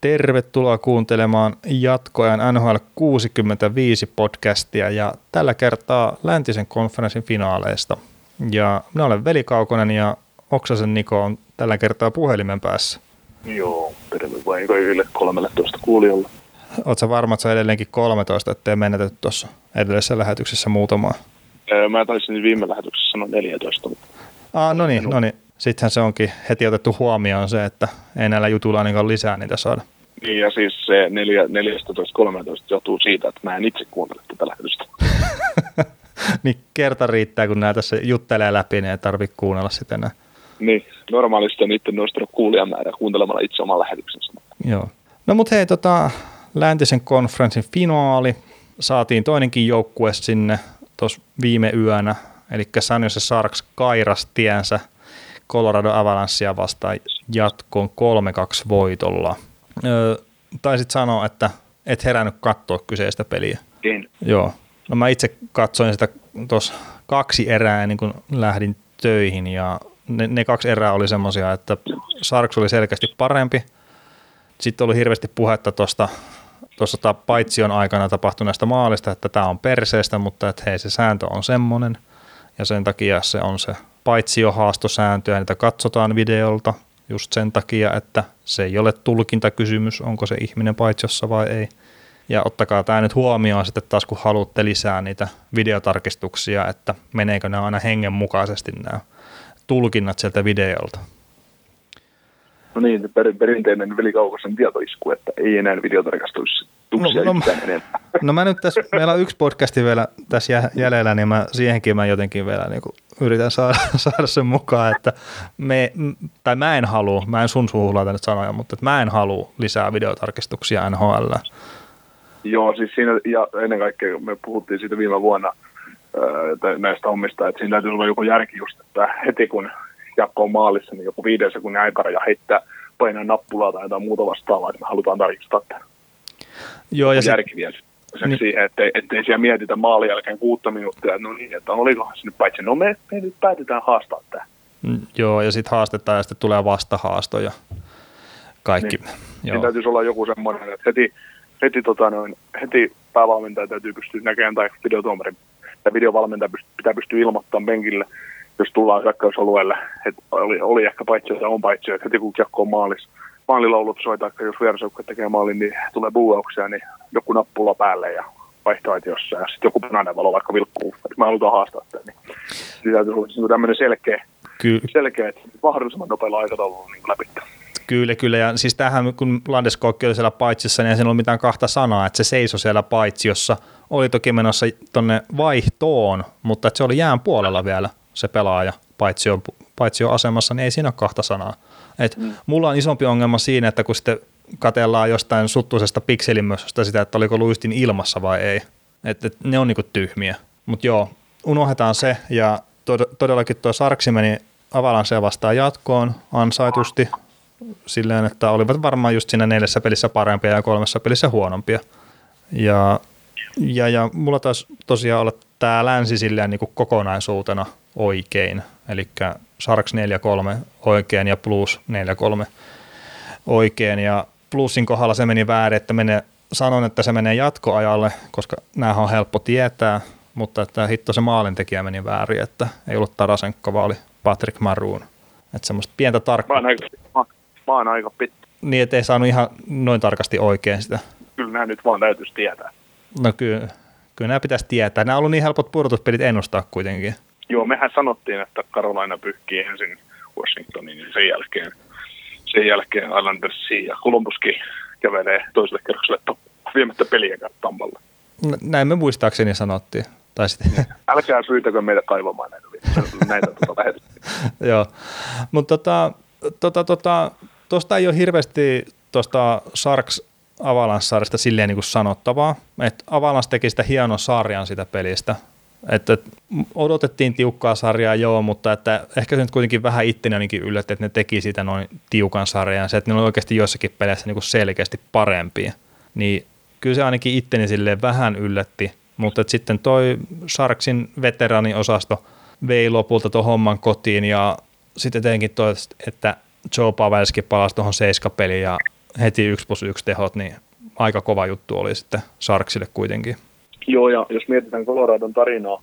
Tervetuloa kuuntelemaan jatkoajan NHL 65 podcastia ja tällä kertaa läntisen konferenssin finaaleista. Ja minä olen Veli Kaukonen ja Oksasen Niko on tällä kertaa puhelimen päässä. Joo, terve vain kaikille 13 kuulijoilla. Oletko varma, että se on edelleenkin 13, ettei menetetty tuossa edellisessä lähetyksessä muutamaa? Mä taisin viime lähetyksessä sanoa 14. No niin. Sittenhän se onkin heti otettu huomioon se, että ei näillä jutuilla ainakaan lisää niitä saada. Niin ja siis se 14-13 johtuu siitä, että mä en itse kuuntele tätä lähetystä. Niin kerta riittää, kun nää tässä juttelee läpi, niin ei tarvitse kuunnella sitä enää. Niin, normaalisti on itse nostanut kuulijamäärä kuuntelemalla itse oman lähetyksensä. Joo. No mut hei, läntisen konferenssin finaali. Saatiin toinenkin joukkue sinne tuossa viime yönä, eli San Jose Sharks kairas tiensä Colorado Avalancea vastaan jatkoon 3-2 voitolla. Taisit sanoa, että et herännyt katsoa kyseistä peliä. En. Joo. No mä itse katsoin sitä tuossa 2 erää ennen kuin lähdin töihin ja ne 2 erää oli semmoisia, että Sharks oli selkeästi parempi. Sitten oli hirveästi puhetta tuossa paitsion aikana tapahtuneesta maalista, että tämä on perseestä, mutta että hei, se sääntö on semmoinen ja sen takia se on se paitsiohaastosääntö ja niitä katsotaan videolta just sen takia, että se ei ole tulkintakysymys, onko se ihminen paitsiossa vai ei. Ja ottakaa tämä nyt huomioon sitten taas, kun haluatte lisää niitä videotarkistuksia, että meneekö ne aina hengenmukaisesti nämä tulkinnat sieltä videolta. No niin, perinteinen Veli Kaukosen tietoisku, että ei enää videotarkastuksia yhtään enempää. No mä nyt tässä, meillä on 1 podcasti vielä tässä jäljellä, niin siihenkin mä jotenkin vielä niin yritän saada sen mukaan, että mä en sun suuhun laita nyt sanoja, mutta että mä en halua lisää videotarkistuksia NHL. Joo, siis siinä, ja ennen kaikkea me puhuttiin siitä viime vuonna näistä hommista, että siinä täytyy olla joku järki just, että heti kun jakko on maalissa, niin joku 5 sekunnin aikaraja heittää painaa nappulaa tai jotain muuta vastaavaa, että me halutaan tarkistaa tämän. Joo, ja järki vielä niin. Siihen, ettei siellä mietitä maalin jälkeen 6 minuuttia, no niin, että olikohan se nyt paitsi, no me nyt päätetään haastaa tämä. Joo, ja sitten haastetaan ja sitten tulee vastahaasto ja kaikki. Niin. Siinä täytyisi olla joku semmoinen, että heti päävalmentaja täytyy pystyä näkemään tai videotuomarin tai videovalmentaja pitää pystyä ilmoittamaan penkille, jos tullaan hyökkäysalueelle, että oli ehkä paitsio tai on paitsio, että heti kun kiekko on maalilaulut soi, tai jos vierasjoukko tekee maalin, niin tulee buuauksia, niin joku nappula päälle ja vaihtoaitiossa ja sitten joku punainen valo vaikka vilkkuu, että mä halutaan haastaa tämän. Niin täytyy olla tämmöinen selkeä, että mahdollisimman nopealla aikataululla niin läpi. Kyllä. Ja siis tämähän, kun Landeskog oli siellä paitsiossa, niin ei siinä ollut mitään 2 sanaa, että se seisoi siellä paitsiossa. Oli toki menossa tuonne vaihtoon, mutta että se oli jään puolella vielä se pelaaja paitsioasemassa, niin ei siinä ole 2 sanaa. Mulla on isompi ongelma siinä, että kun sitten katsellaan jostain suttuisesta pikselimössöstä sitä, että oliko luistin ilmassa vai ei. Että ne on niinku tyhmiä. Mutta joo, unohdetaan se ja todellakin tuo Sharks meni Avalancea vastaan jatkoon ansaitusti silleen, että olivat varmaan just siinä 4 pelissä parempia ja 3 pelissä huonompia. Ja mulla taas tosiaan olla tää länsi silleen niin kuin kokonaisuutena oikein, eli Sharks 4-3 oikein ja Blues 4-3 oikein, ja Bluesin kohdalla se meni väärin, että sanon, että se menee jatkoajalle, koska näähän on helppo tietää, mutta että hitto se maalintekijä meni väärin, että ei ollut Tarasenko, vaan oli Patrick Maroon. Että semmoista pientä tarkkaa. Mä oon aika pitkä. Niin, ettei saanut ihan noin tarkasti oikein sitä. Kyllä nämä nyt vaan täytyisi tietää. No kyllä nämä pitäisi tietää. Nämä on ollut niin helpot pudotuspelit ennustaa kuitenkin. Joo, mehän sanottiin, että Carolina pyyhkii ensin Washingtonin ja sen jälkeen Islandersiin ja Columbuskin kävelee toiselle kerrokselle viemättä peliäkään Tampalle. Näin me muistaakseni sanottiin. Tai sitten. Älkää syytäkö meitä kaivamaan näitä lähetyksiä. Joo, mutta tuosta ei ole hirveästi tuosta Sharks Avalanche-sarjasta silleen niin kuin sanottavaa, että Avalanche teki sitä hienon sarjan sitä pelistä, että odotettiin tiukkaa sarjaa joo, mutta että ehkä se nyt kuitenkin vähän itteni ainakin yllätti, että ne teki siitä noin tiukan sarjan, se, että ne oli oikeasti joissakin peleissä niin kuin selkeästi parempia, niin kyllä se ainakin itteni silleen vähän yllätti, mutta että sitten toi Sharksin veteraaniosasto vei lopulta tuon homman kotiin ja sitten etenkin toi, että Joe Pavelski palasi tuohon 7-peliin ja heti 1+1 tehot, niin aika kova juttu oli sitten Sharksille kuitenkin. Joo, ja jos mietitään Coloradon tarinaa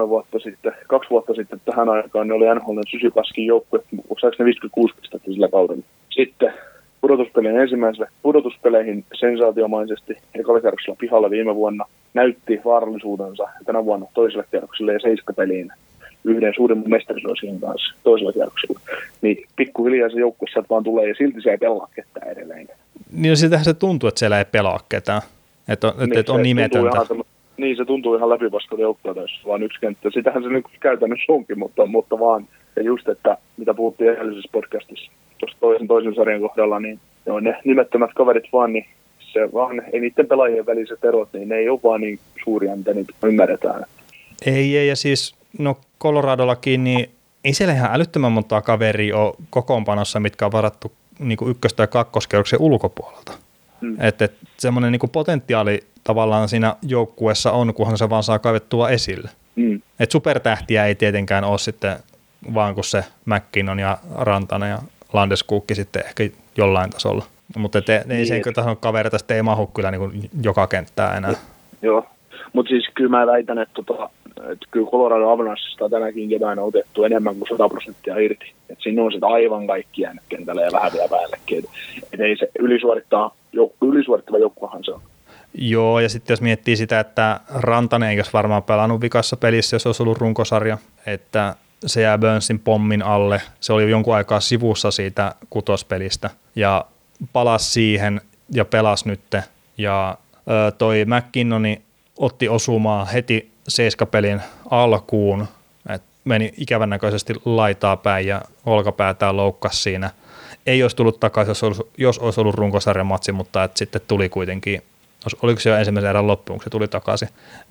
2 vuotta sitten tähän aikaan, ne oli NHL:n sysipaskin joukkue, saiko ne 56 pistettä sillä kaudella. Sitten pudotuspelien ensimmäiselle pudotuspeleihin sensaatiomaisesti ekallikierroksella pihalla viime vuonna näytti vaarallisuutensa tänä vuonna toiselle kierrokselle ja 7 peliin yhden suurimman mestarisuosion kanssa toisella kierroksella. Niin pikkuhiljaa se joukkue sieltä vaan tulee ja silti se ei pelaa ketään edelleen. Niin sitähän se tuntuu, että siellä ei pelaa ketään, että on nimetöntä. Niin, se tuntuu ihan läpivaskalta joukkueelta, jos vaan yksi kenttä. Sitähän se nyt käytännössä onkin, mutta vaan, ja just, että mitä puhuttiin edellisessä podcastissa, tuossa toisen sarjan kohdalla, niin ne nimettömät kaverit vaan, niin se vaan, ei niiden pelaajien väliset erot, niin ne ei ole vaan niin suuria, mitä niitä ymmärretään. Ei, ja siis, no Coloradollakin, niin ei siellä ihan älyttömän montaa kaveria ole kokoonpanossa, mitkä on varattu niin kuin ykkös- tai kakkoskierroksen ulkopuolelta. Että semmoinen niin kuin potentiaali tavallaan siinä joukkueessa on, kunhan se vaan saa kaivettua esille. Et supertähtiä ei tietenkään ole sitten vaan kuin se McKinnon ja Rantanen ja Landeskog sitten ehkä jollain tasolla. Mutta ei sen tason kaverita sitten ei mahu kyllä niin kuin joka kenttää enää. Joo, mutta siis kyllä mä väitän, että kyllä Colorado Avalanchesta tänäkin keväänä on otettu enemmän kuin 100% irti. Et siinä on sitten aivan kaikki jäänyt kentällä ja vähän vielä päällekin. Et ei se ylisuorittava joukkuehan se on. Joo, ja sitten jos miettii sitä, että Rantanen ei olisi varmaan pelannut vikassa pelissä, jos olisi ollut runkosarja, että se jää Burnsin pommin alle. Se oli jonkun aikaa sivussa siitä kutospelistä ja palasi siihen ja pelasi nytte. Ja toi McKinnoni otti osumaa heti 7-pelin alkuun, että meni ikävän näköisesti laitaa päin ja olkapäätään loukkasi siinä. Ei olisi tullut takaisin, jos olisi ollut runkosarjamatsi, mutta että sitten tuli kuitenkin, oliko se jo ensimmäisen erän loppuun, kun se tuli takaisin,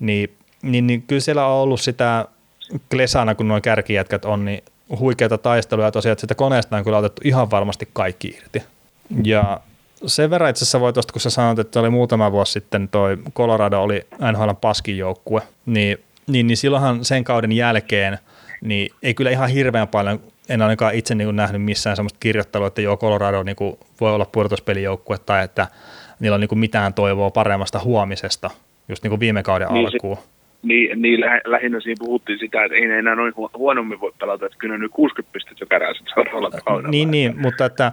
niin kyllä siellä on ollut sitä klesana, kun nuo kärkijätkät on, niin huikeita taisteluja tosiaan, että sitä koneesta on kyllä otettu ihan varmasti kaikki irti. Ja sen verran itse asiassa voi tuosta, kun sä sanoit, että oli muutama vuosi sitten toi Colorado oli NHL:n paskin joukkue, niin silloinhan sen kauden jälkeen niin ei kyllä ihan hirveän paljon, en ainakaan itse niin kuin nähnyt missään semmoista kirjoittelua, että joo Colorado niin kuin voi olla pudotuspelijoukkue tai että niillä on niin kuin mitään toivoa paremmasta huomisesta, just niin kuin viime kauden alkuun. Niin lähinnä siinä puhuttiin sitä, että ei ne enää noin huonommin voi pelata, että kyllä nyt 60 pistettä jo kärää sitten seuraavalla kaudella. Niin, mutta että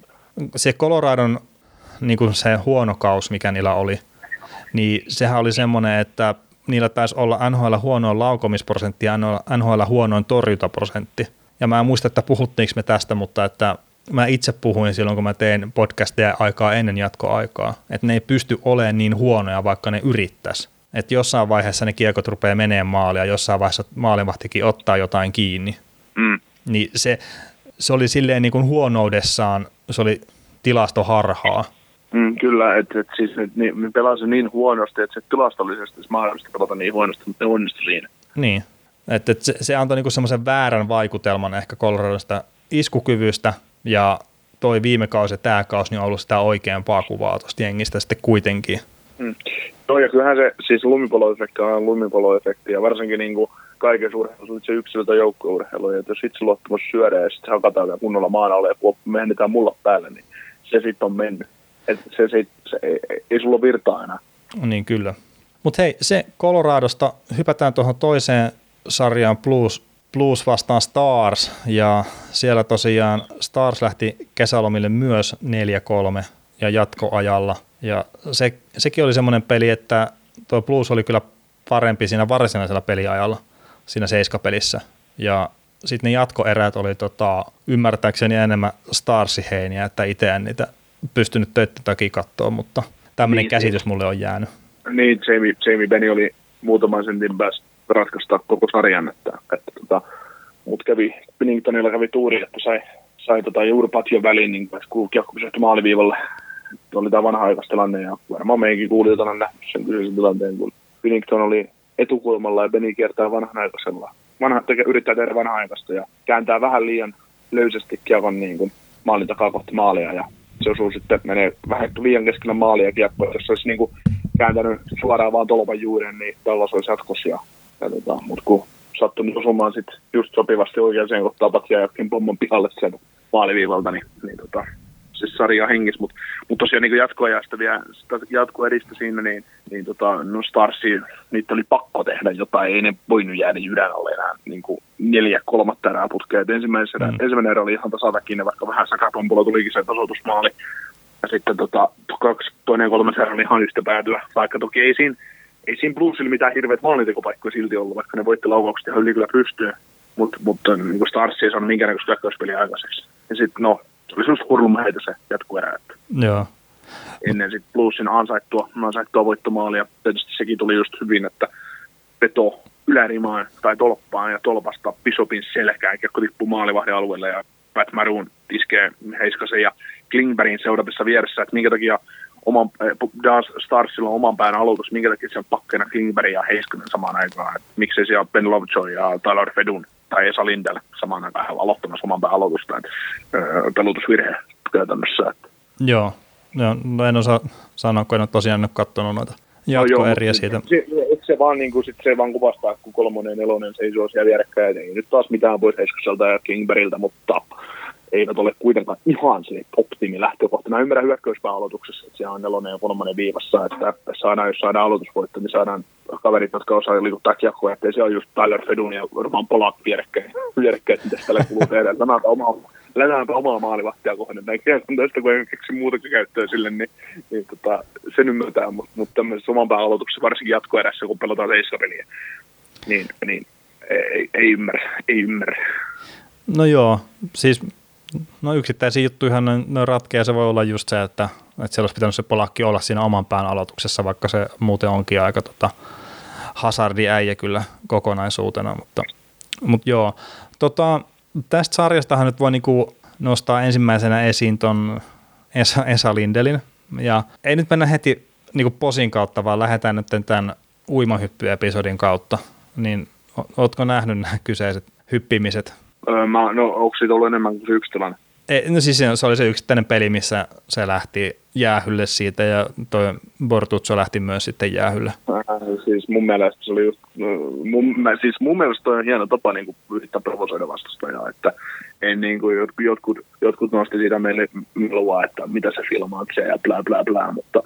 se Coloradon niin kuin se huono kaus, mikä niillä oli, niin sehän oli semmoinen, että niillä taisi olla NHL huonoin laukomisprosentti ja NHL huonoin torjuntaprosentti. Ja mä en muista, että puhuttiinko me tästä, mutta että mä itse puhuin silloin, kun mä tein podcasteja aikaa ennen jatkoaikaa, että ne ei pysty olemaan niin huonoja, vaikka ne yrittäisi. Että jossain vaiheessa ne kiekot rupeaa menemään maaliin ja jossain vaiheessa maalinvahtikin ottaa jotain kiinni. Niin se oli silleen niin kuin huonoudessaan, se oli tilastoharhaa. Kyllä, että siis ne pelasi niin huonosti, että se tilastollisesti mahdollista pelata niin huonosti, mutta ne onnistui siinä. Niin, että se antoi niinku semmoisen väärän vaikutelman ehkä Coloradosta iskukyvystä, ja toi viime kausi ja tämä kausi niin on ollut sitä oikeampaa kuvaa tuosta jengistä sitten kuitenkin. No ja kyllähän se, siis lumipalloefekti on lumipalloefekti, ja varsinkin niinku kaiken suuremmassa se yksilö- tai joukkueurheilu, että jos itse luottamus syödään ja sitten hakataan vielä kunnolla maan alle ja mennetään mulla päälle, niin se sitten on mennyt. Että se ei sulla ole virtaa enää. Niin kyllä. Mutta hei, se Coloradosta hypätään tuohon toiseen sarjaan Blues vastaan Stars, ja siellä tosiaan Stars lähti kesälomille myös 4-3 ja jatkoajalla, ja sekin oli semmoinen peli, että tuo Blues oli kyllä parempi siinä varsinaisella peliajalla, siinä 7-pelissä, ja sitten ne jatkoerät oli ymmärtääkseni enemmän Starsi-heiniä, että itse en niitä pystynyt töiden takia katsoa, mutta tämmöinen käsitys mulle on jäänyt. Niin, Jamie Benn oli muutaman sentin päästä ratkaista koko sarjan, mutta Binningtonilla kävi tuuri, että sai juuri patjon väliin, niin kun kiekko pysähtyi maaliviivalle. Oli tämä vanha-aikastilanne, ja varmaan meikin kuulijat on nähnyt sen kyseisen tilanteen, kun Binnington oli etukulmalla ja Benny kiertää vanha-aikaisella. Yrittää tehdä vanha-aikaista ja kääntää vähän liian löysästi kiekon niin kuin maalin takaa kohti maalia, ja se osuu sitten, menee vähän liian keskellä maalia ja kiekko, jos olisi niin kuin kääntänyt suoraan vaan tolpan juureen, niin Dallas olisi jatkos. Mutta kun sattui nyt osumaan sitten just sopivasti oikeaan kohtaan patjaa ja pommon pihalle sen maaliviivalta, niin siis sarjaa hengissä, mutta tosiaan niin jatkoajasta vielä, jatkoeristä siinä, no Starsi, niitä oli pakko tehdä jotain, ei ne voinut jäädä jydän alle enää niin 4-3 erää putkea. Ensimmäinen erä oli ihan tasaväkinen, vaikka vähän Sakapompulla tulikin se tasoitusmaali. Ja sitten toinen ja kolmas erä oli ihan yhtä päätyä, vaikka toki ei siinä Bluesilla mitään hirveät maalintekopaikkoja silti ollut, vaikka ne voitti laukaukset ihan yli kyllä pystyyn. Mutta niin Stars ei saanut minkäännäköistä hyökkäyspeliä aikaiseksi. Ja sitten se oli semmoista hurlumheitä se jatkuerä. Joo. Ennen sitten Bluesin ansaittua voittomaalia. Tietysti sekin tuli just hyvin, että veto ylärimaan tai tolppaan ja tolpasta Bishopin selkään. Kiekko tippuu maalivahden alueelle ja Pat Maroon iskee Heiskasen ja Klingbergin seuratessa vieressä, että minkä takia Starsilla on oman pään aloitus, minkä takia se on pakkena Klingberg ja Heiskanen samaan aikaan. Et miksei siellä Ben Lovejoy ja Tyler Fedun tai Esa Lindell samaan aikaan aloittamassa oman pään aloitusta. Pelutusvirhe käytännössä. Joo. No en osaa sanoa, kun en ole tosiaan nyt katsonut noita jatkoeriä siitä. Se vaan kuvastaa, kun 3. ja 4. seisoo siellä vierekkäin. Ei nyt taas mitään pois Heiskaselta ja Klingbergiltä, mutta eivät ole kuitenkaan ihan se optimi lähtökohta. Mä ymmärrän hyökkäyspään aloituksessa, että siellä on 4. ja 3. viivassa, että jos saadaan aloitusvoitto, niin saadaan kaverit, jotka osaa liikuttaa kiekkoa, ettei se on just Tyler Fedun ja Roman Polak vierekkäin, mitä tällä kuluu tehdä. Lähdäänpä omaa maalivahtia kohden. Näin kiekon tästä, kun ei keksi muutakin käyttöä sille, niin sen ymmärtää, mutta tämmöisessä oman pään aloituksessa, varsinkin jatkoerässä, kun pelataan seiskapeliä, niin ei ymmärrä. No joo, siis yksittäisiä juttuja ne ratkeaa, se voi olla just se, että siellä olisi pitänyt se Polakki olla siinä oman pään aloituksessa, vaikka se muuten onkin aika hazardi-äijä kyllä kokonaisuutena, mutta joo. Tästä sarjastahan nyt voi niinku nostaa ensimmäisenä esiin ton Esa Lindelin, ja ei nyt mennä heti niinku posin kautta, vaan lähdetään nyt tämän uimahyppy-episodin kautta, niin ootko nähnyt nämä kyseiset hyppimiset? Onko siitä ollut enemmän kuin se yksi tilanne? No siis se oli se yksittäinen peli, missä se lähti jäähylle siitä ja toi Bortuzzo lähti myös sitten jäähylle. Siis mun mielestä se oli just, mun mielestä toi on hieno tapa niin yrittää provosoida vastustajaa, että en niin kuin jotkut nosti siitä meille melua, että mitä se filmaat se ja blää blää blää, mutta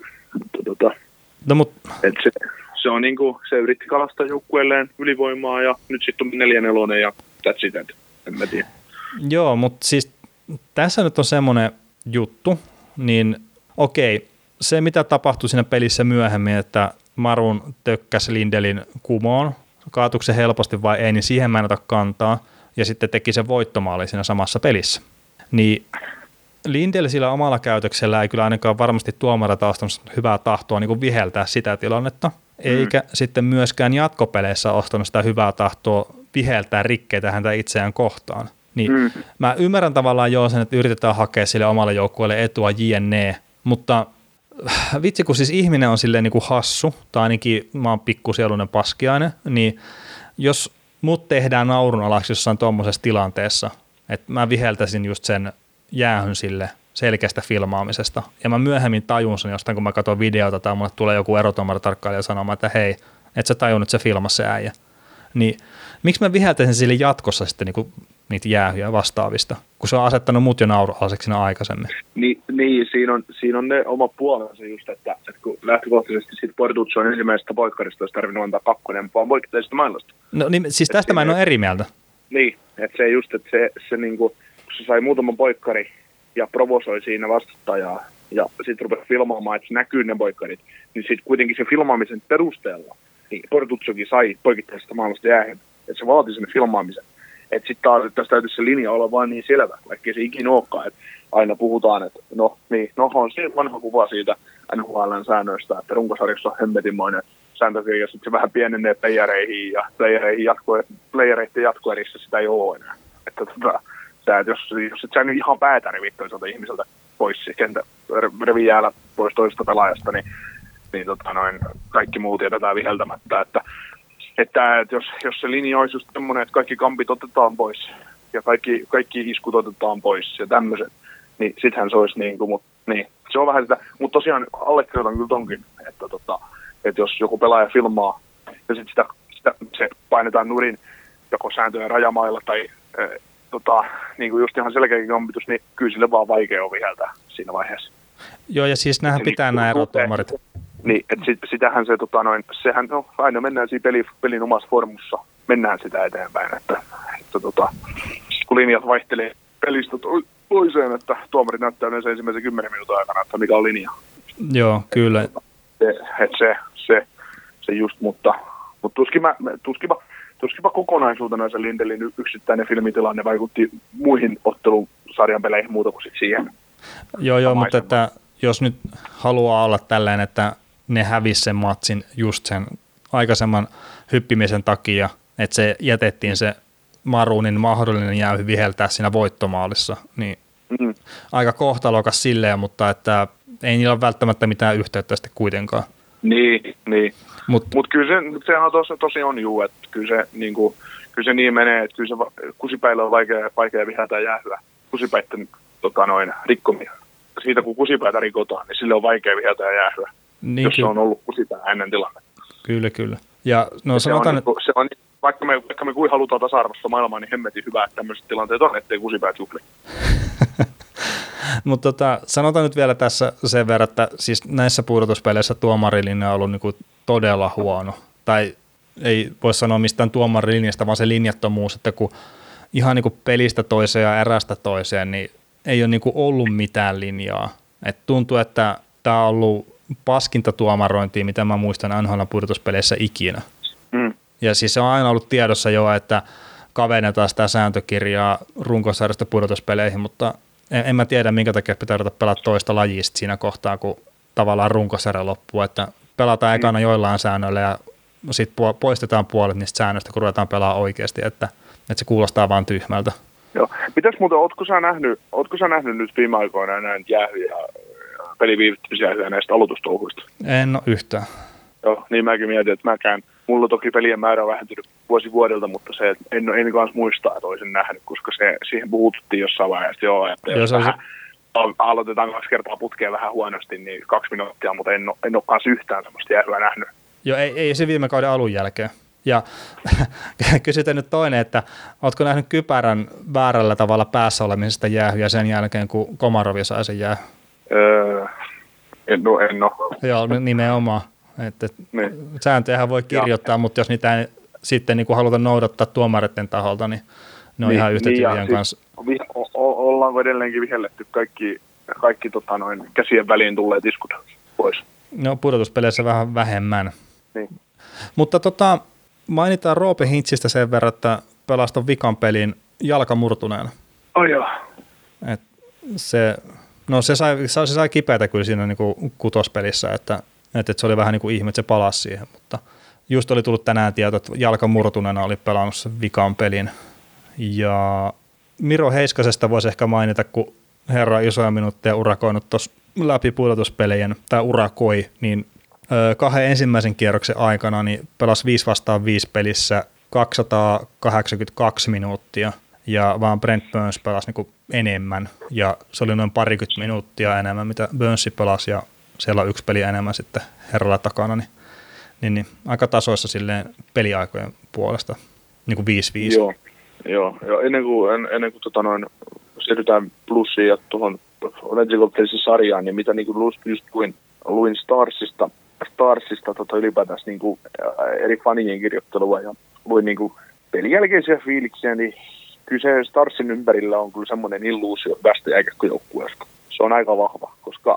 se on niin kuin, se yritti kalastaa joukkueelleen ylivoimaa ja nyt sitten on 4-4 ja that's it, en mä tiedä. Joo, mutta siis tässä nyt on semmoinen juttu, niin okei, se mitä tapahtui siinä pelissä myöhemmin, että Marun tökkäsi Lindelin kumoon, kaatuiko se helposti vai ei, niin siihen mä en ota kantaa, ja sitten teki sen voittomaali siinä samassa pelissä. Niin Lindell sillä omalla käytöksellä ei kyllä ainakaan varmasti tuomarilta ostanut hyvää tahtoa niin kuin viheltää sitä tilannetta, eikä sitten myöskään jatkopeleissä ostanut sitä hyvää tahtoa viheltää rikkeitä häntä itseään kohtaan. Niin mä ymmärrän tavallaan jo sen, että yritetään hakea sille omalle joukkueelle etua jne, mutta vitsi kun siis ihminen on silleen niin kuin hassu, tai ainakin mä oon pikkusieluinen paskiainen, niin jos mut tehdään naurunalaksi jossain tuommoisessa tilanteessa, että mä viheltäisin just sen jäähyn sille selkeästä filmaamisesta, ja mä myöhemmin tajun sen jostain, kun mä katson videota, tai mulle tulee joku erotomaritarkkailija sanomaan, että hei, et sä tajunnut, että se filmasi se äijä. Niin miksi mä viheltäisin sille jatkossa sitten niinku niitä jäähyjä vastaavista, kun se on asettanut mut jo naurunalaiseksi aikaisemmin? Niin, siinä on ne oma puolensa just, että kun lähtökohtaisesti siitä Bortuzzo on ensimmäisestä poikkarista, olisi tarvinnut antaa 2, vaan poikittaisesta mailosta. No niin, siis tästä mä en ole eri mieltä. Niin, että se just, että se niinku, kun se sai muutaman poikkari ja provosoi siinä vastustajaa, ja sitten rupesi filmaamaan, että se näkyy ne poikkarit, niin sitten kuitenkin se filmaamisen perusteella, niin Bortuzzokin sai poikittaisesta maailmasta jäähän, että se vaati sen filmaamisen. Että sitten taas, että tässä täytyisi se linja olla vaan niin selvä, vaikkei se ikinä olekaan, että aina puhutaan, että on se vanha kuva siitä NHL:n säännöistä, että runkosarjassa on hemmetinmoinen sääntökirja, että se vähän pienenee playereihin ja playereiden jatkoerissä sitä ei ole enää. Että jos et sä nyt ihan päätä revit toiselta ihmiseltä pois, kentä revi jäällä pois toisesta pelaajasta, niin kaikki muut jätetään viheltämättä, että jos se linja olisi just semmoinen, että kaikki kampit otetaan pois ja kaikki iskut otetaan pois ja tämmöiset, niin sittenhän se olisi niin, se on vähän sitä, mutta tosiaan allekirjoitan kyllä tonkin, että jos joku pelaaja filmaa ja sitten sitä se painetaan nurin joko sääntöjen rajamailla niin kuin just ihan selkeäkin kompitus, niin kyllä sille vaan vaikea on viheltää siinä vaiheessa. Joo, ja siis nämähän pitää nämä erotuomarit. Niin, että sitähän se, sehän, no aina mennään siinä pelin omassa formussa, mennään sitä eteenpäin, että kun linjat vaihtelee pelistä toiseen, että tuomarit näyttää yleensä ensimmäisen 10 minuutin aikana, että mikä on linja. Joo, kyllä. Se just, mutta tuskipa kokonaisuutena se Lindelin yksittäinen filmitilanne vaikutti muihin ottelusarjan peleihin muuta kuin siihen. Joo, mutta että jos nyt haluaa olla tällainen, että ne hävisi sen matsin just sen aikaisemman hyppimisen takia, että se jätettiin se Maruunin mahdollinen jäähy viheltää siinä voittomaalissa, niin aika kohtalokas silleen, mutta että ei niillä ole välttämättä mitään yhteyttä sitten kuitenkaan. Niin. Mutta kyllä sehän tosi on juu, että kyllä se niin menee, että kyllä se kusipäillä on vaikea viheltää jäähyä. Kusipäitten rikkomia. Siitä kun kusipäitä rikotaan, niin sille on vaikea viheltää jäähyä, niin, jos se on ollut kusipää ennen tilannetta. Kyllä. Ja no sanotaan, se on, vaikka me kuin halutaan tasa-arvosta maailmaa, niin hemmetin hyvä, että tämmöiset tilanteet on, ettei kusipäät juhli. Mutta sanotaan nyt vielä tässä sen verran, että siis näissä pudotuspeleissä tuomarilinja on ollut niinku todella huono. Tai ei voi sanoa mistään tuomarilinjasta, vaan se linjattomuus, että kun ihan niinku pelistä toiseen ja erästä toiseen, niin ei ole niinku ollut mitään linjaa. Et tuntuu, että tämä on ollut paskinta tuomarointia, mitä mä muistan NHL-pudotuspeleissä ikinä. Ja siis se on aina ollut tiedossa jo, että kavennetaan sitä sääntökirjaa runkosarjasta pudotuspeleihin, mutta en mä tiedä, minkä takia pitää ruveta pelata toista lajia siinä kohtaa, kun tavallaan runkosarja loppuu, että pelataan ekana joillain säännöillä ja sitten poistetaan puolet niistä säännöistä, kun ruvetaan pelaamaan oikeasti, että se kuulostaa vaan tyhmältä. Joo. Mitäs muuten, ootko sä nähnyt nyt viime aikoina näin jäähyjä, peliviivyttämisjäähyjä näistä aloitustouhuista? En ole yhtään. Joo, niin mäkin mietin, että mulla toki pelien määrä on vähentynyt vuodelta, mutta se, että en kanssa muistaa, että olisin nähnyt, koska siihen puhuttiin jossain vaiheessa, että jos aloitetaan 2 kertaa putkeen vähän huonosti, niin 2 minuuttia, mutta en ole kanssa yhtään tämmöistä jäähyä nähnyt. Joo, ei se viime kauden alun jälkeen. Ja kysytään nyt toinen, että ootko nähnyt kypärän väärällä tavalla päässä olemisesta jäähyä sen jälkeen, kun Komarovi sai sen jäähy? En ole. Joo, nimenomaan. Että sääntöjähän voi kirjoittaa, mutta jos niitä ei sitten niin haluta noudattaa tuomareiden taholta, niin ne on ihan yhtä tyhjän kanssa. Ollaanko edelleenkin vihelletty kaikki käsien väliin tulleet iskut pois? No pudotuspeleissä vähän vähemmän. Niin. Mutta mainitaan Roope Hintzistä sen verran, että pelaston vikan pelin jalkamurtuneena. Joo. Se sai kipeätä kyllä siinä niin kuin kutospelissä, että se oli vähän niin kuin ihme, että se palasi siihen, mutta just oli tullut tänään tieto, että jalkamurtuneena oli pelannut sen vikan pelin. Ja Miro Heiskasesta voisi ehkä mainita, kun herra isoja minuutteja urakoinut tuossa läpi pudotuspelien, tai urakoi, niin 2 ensimmäisen kierroksen aikana niin pelasi 5-5 pelissä 282 minuuttia, ja vaan Brent Burns pelasi niin kuin enemmän, ja se oli noin 20 minuuttia enemmän, mitä Burnsi pelasi, ja siellä on 1 peli enemmän sitten herralla takana, niin aika tasoissa silleen peliaikojen puolesta, niin kuin 5-5. Joo. Ennen kuin siirrytään plussiin ja tuohon Legend sarjaan, niin mitä niin kuin just luin Starsista ylipäätään niin kuin eri fanien kirjoittelua ja luin niin kuin pelin jälkeisiä fiiliksiä, niin kyllä se Starsin ympärillä on kyllä semmoinen illuusio hyvästä jääkiekkojoukkueesta. Se on aika vahva, koska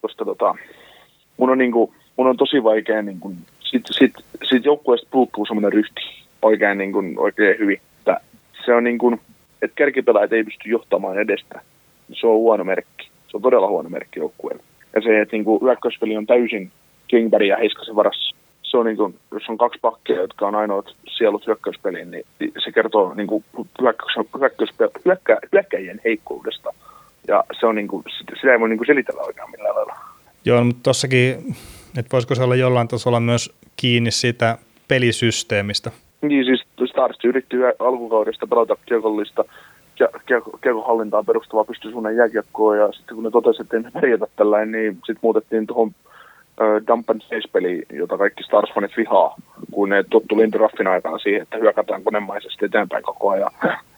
mun on tosi vaikea niin kuin, sit joukkueesta puuttuu semmoinen ryhti oikein hyvin. Että se on niin kuin, että kärkipelaajat ei pysty johtamaan edestä. Se on huono merkki. Se on todella huono merkki joukkueelle. Ja se, että niin kuin hyökkäyspeli on täysin Klingbergin ja Heiskasen varassa. Se on niin kuin, jos on 2 pakkia, jotka on ainoat sielut hyökkäyspeliin, niin se kertoo niin kuin hyökkäjien heikkoudesta. Ja se on niin kuin, sitä ei voi niin kuin selitellä oikein millään lailla. Joo, mutta tossakin, että voisiko se olla jollain tasolla myös kiinni siitä pelisysteemistä? Niin, siis Stars yritti alkukaudesta pelata kiekollista, kiekohallintaan perustuvaa pystysuunnan jääkiekkoa, ja sitten kun ne totesivat, että ei me pärjätä tällainen, niin sitten muutettiin tuohon dump and chase-peliin, jota kaikki Stars-fanit vihaa, kun ne tottu Lindy Ruffin aikana siihen, että hyökätään konemaisesti eteenpäin koko ajan.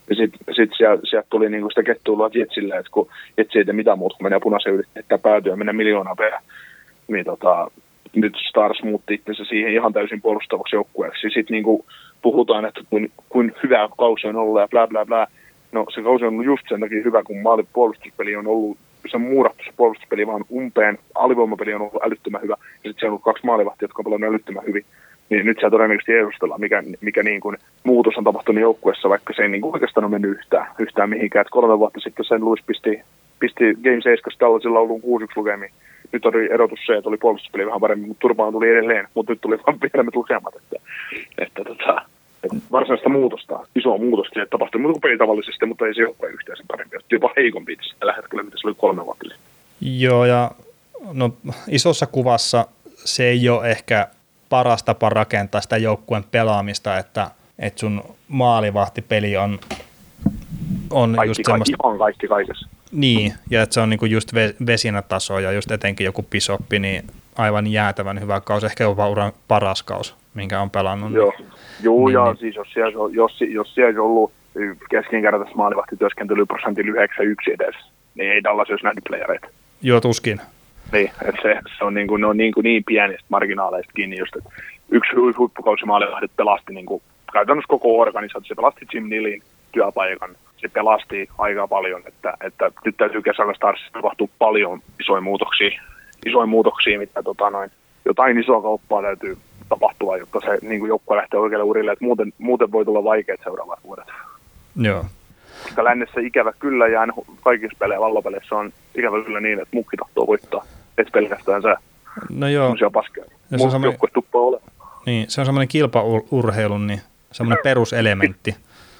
Ja sit sieltä tuli niinku sitä kettuilua Jetsille, että kun Jetsi ei tee mitään muuta, kun menee punaisen yli, että päätyy ja menee miljoonaa perä. Niin nyt Stars muutti itsensä siihen ihan täysin puolustavaksi joukkueeksi. Sitten niinku puhutaan, että kuin hyvä kausi on ollut ja bla bla bla. No se kausi on ollut just sen takia hyvä, kun puolustuspeli on ollut, se on muurattu se puolustuspeli vaan umpeen, alivoimapeli on ollut älyttömän hyvä, ja sitten siellä on ollut 2 maalivahtia, jotka on pelannut älyttömän hyvin. Niin nyt siellä todennäköisesti edustellaan, mikä niin kuin muutos on tapahtunut joukkueessa, vaikka se ei niin kuin oikeastaan ole mennyt yhtään mihinkään. Et 3 vuotta sitten sen Louis pisti Game 7 Dallasilla ollut 6-1 lukemiin. Nyt oli erotus se, että oli puolustuspeli vähän paremmin, mutta turpaan tuli edelleen, mutta nyt tuli vaan pienemmät lukemat. Että varsinaista muutosta, isoa muutosta, että tapahtui muuta kuin pelitavallisesti, mutta ei se ole yhtään sen parempi. Jopa heikompi itse tällä hetkellä, mitä se oli 3 vuotta sitten. Joo, ja no, isossa kuvassa se ei ole ehkä paras tapa rakentaa sitä joukkueen pelaamista, että sun maalivahtipeli on just semmoista. Ihan kaikki kaikessa. Niin, ja että se on niinku just vesinätaso ja just etenkin joku Pisoppi, niin aivan jäätävän hyvä kausi, ehkä jopa uran paras kausi, minkä on pelannut. Joo, niin, ja siis jos siellä on ollut keskinkertaisessa maalivahtityöskentelyprosentin 91 edes, niin ei Dallas olisi nähnyt playereita. Joo, tuskin. Niin, että se on ne on niin pienistä marginaaleista kiinni just, että yksi huippukausi maalivahdit pelasti niinku käytännössä koko organisaatio, se pelasti Jim Nealin työpaikan, se pelasti aika paljon, että nyt täytyy kesällä Starsissa tapahtua paljon isoja muutoksia, mitä jotain isoa kauppaa täytyy tapahtua, jotta se niin kuin joukkue lähtee oikealle urille, että muuten voi tulla vaikeat seuraavat vuodet. Joo. Koska lännessä ikävä kyllä, ja kaikissa vallopeleissä on ikävä kyllä niin, että mukki tahtoo voittaa, et pelkästään se semmoisia paskeja. Mutta joukkue tuppaa olemaan. Niin, se on semmoinen kilpaurheilun, niin semmoinen peruselementti.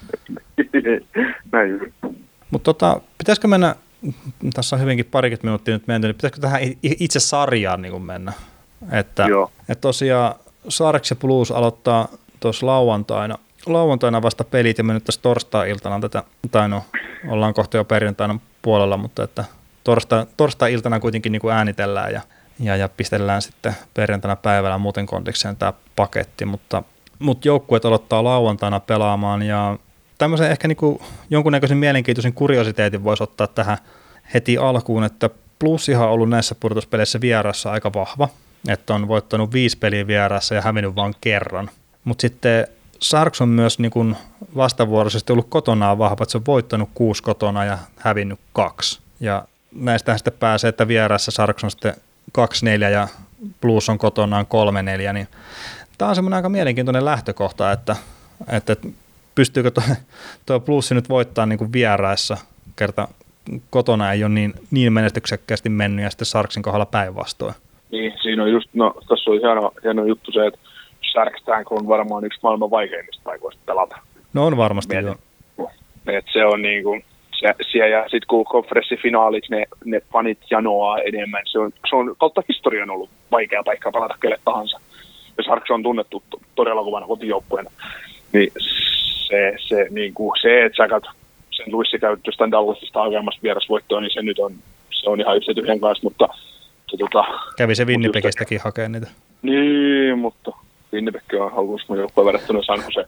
Näin. Mutta pitäisikö mennä, tässä on hyvinkin parikymmentä minuuttia nyt menty, niin pitäisikö tähän itse sarjaan niin kuin mennä? Että tosiaan Sharks ja Blues aloittaa tuossa lauantaina vasta pelit, ja me nyt tässä torstai-iltana ollaan kohta jo perjantaina puolella, mutta että torstai-iltana kuitenkin niin kuin äänitellään ja pistellään sitten perjantaina päivällä muuten kondikseen tämä paketti, mutta joukkueet aloittaa lauantaina pelaamaan, ja tämmöisen ehkä niin kuin jonkunnäköisen mielenkiintoisen kuriositeetin voisi ottaa tähän heti alkuun, että Bluesihan on ollut näissä pudotuspeleissä vierassa aika vahva, että on voittanut 5 peliä vierassa ja hävinnyt vain kerran, mutta sitten Sharks on myös niin kuin vastavuoroisesti ollut kotonaan vahva, että se on voittanut 6 kotona ja hävinnyt 2, ja näistähän sitten pääsee, että vierassa Sharks on sitten 2-4 ja Blues on kotonaan 3-4, niin tämä on semmoinen aika mielenkiintoinen lähtökohta, että pystyykö tuo Blues nyt voittaa niin kuin vieraissa, kerta kotona ei ole niin menestyksekkäästi mennyt, ja sitten Sharksin kohdalla päinvastoin. Niin, siinä on just, tässä oli hieno juttu se, että Sharks Tank on varmaan yksi maailman vaikeimmista paikoista pelata. No on varmasti, joo. Että se on niin kuin, ja sitten kun konferenssifinaalit, ne fanit janoaa enemmän, se on kautta historian ollut vaikea paikka pelata kelle tahansa. Ja Sharks on tunnettu todella kovana kotijoukkueena. Niin se, että sä sen Luissi käyt jostain Dallasista hakemassa vierasvoittoa, niin se on ihan yhtä tyhjän kanssa, mutta kävi se Winnipegistäkin hakemaan niitä. Niin, mutta Winnipeg on halkuus mun joukkoon verrattuna San Jose.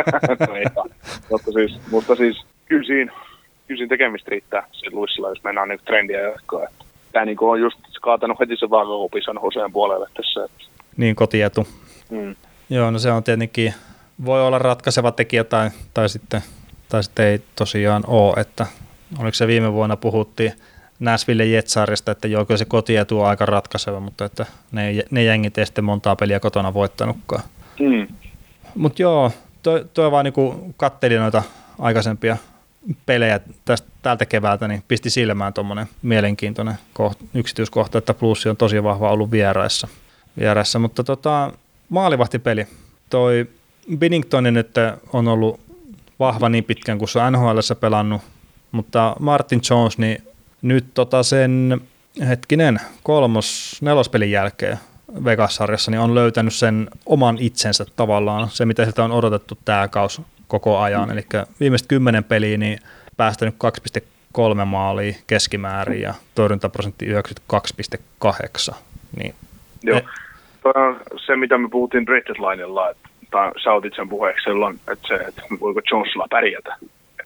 mutta siis kyllä siinä tekemistä riittää sit Luissilla, jos mennään niin trendiä jatkaa. Tämä niin on just kaatanut heti se vaakakopin San Joseen puolelle tässä. Että. Niin, kotietu. Joo, no se on tietenkin, voi olla ratkaiseva tekijä tai sitten ei tosiaan ole, että oliko se viime vuonna puhuttiin Nashville Jetsarista, että joo, kyllä se kotietu on aika ratkaiseva, mutta että ne jengit ei sitten montaa peliä kotona voittanutkaan. Mutta joo, toi vaan niinku katteli noita aikaisempia pelejä tältä keväältä, niin pisti silmään tuommoinen mielenkiintoinen yksityiskohta, että Blues on tosi vahva ollut vieraissa. Mutta maalivahtipeli. Toi Binnington nyt on ollut vahva niin pitkään, kun se on NHL:ssä pelannut, mutta Martin Jones, niin nyt sen nelospelin jälkeen Vegas-sarjassa niin on löytänyt sen oman itsensä tavallaan, se mitä sieltä on odotettu tämä kausi koko ajan, eli viimeiset 10 peliä niin päästänyt 2,3 maalia keskimäärin ja torjuntaprosentti 92,8. Niin. Joo, toi on se mitä me puhuttiin trade deadlinella, että sä otit sen puheeksi silloin, että voiko Jonesilla pärjätä. Että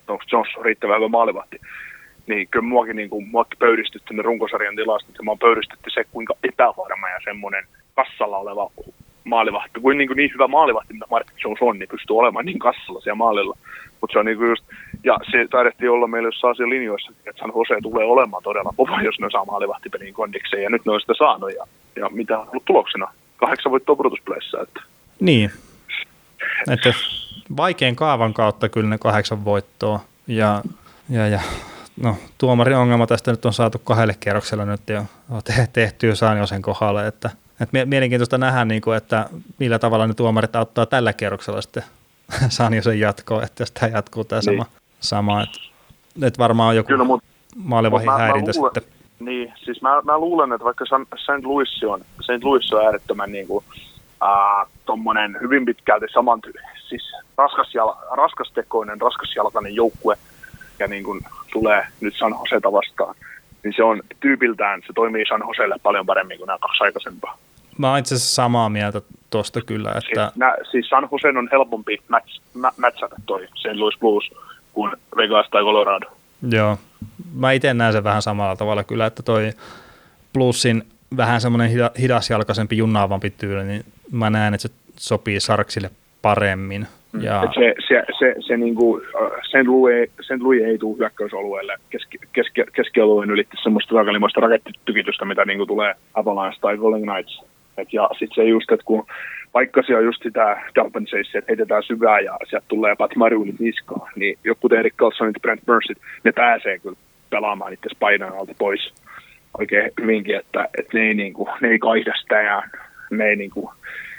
että onko Jones riittävän hyvä maalivahti. Niin kyllä muakin pöyristytti ne runkosarjan tilastot, ja mä oon pöyristytti se, kuinka epävarma ja semmoinen kassalla oleva maalivahti. Kuin niin hyvä maalivahti, mitä Martin Jones on, niin pystyy olemaan niin kassalla siellä maalilla. Mutta se on niinku just, ja se taidettiin olla meillä jossain asian linjoissa, että San Jose tulee olemaan todella kova, jos ne saa maalivahtipeliin kondikseen, ja nyt ne on sitä saanut, ja mitä on ollut tuloksena? 8 voittoa pudotuspeleissä. Että. Niin, että vaikean kaavan kautta kyllä ne 8 voittoa, ja no, tuomarin ongelma tästä nyt on saatu 2 kierroksella nyt jo tehty jo San Josen kohdalle, että mielenkiintoista nähdä, niin kuin, että millä tavalla ne tuomarit auttaa tällä kierroksella sitten San Josen jatkoa, että jos tämä jatkuu tämä sama että varmaan on joku maalivahin häirintä sitten. Niin, siis mä luulen, että vaikka St. Louis on äärettömän niin kuin, tommonen hyvin pitkälti siis raskastekoinen, raskasjalkainen joukkue, ja niin kuin tulee nyt San Joseta vastaan, niin se on tyypiltään, se toimii San Joselle paljon paremmin kuin nämä 2 aikaisempaa. Mä oon itse asiassa samaa mieltä tuosta kyllä. Että siis San Josen on helpompi matchata toi St. Louis Blues kuin Vegas tai Colorado. Joo, mä itse näen sen vähän samalla tavalla kyllä, että toi Bluesin vähän semmoinen hidasjalkaisempi, junnaavampi tyyli, niin mä näen, että se sopii Sarksille paremmin. Ja se niinku St. Louis ei tule hyökkäysalueelle keskialueen ylitti semmoista takalimoista rakettitykitystä, mitä niinku tulee Avalanche tai Golden Knights. Ja sitten se just, että kun vaikka se on just sitä dump and chase, että heitetään syvää ja sieltä tulee Pat Mariulit niskaan, niin joku Erik Karlssonit ja Brent Burnsit, ne pääsee kyllä pelaamaan itse painan alta pois oikein hyvinkin, että ne ei kaihda sitä ja ne ei niinku,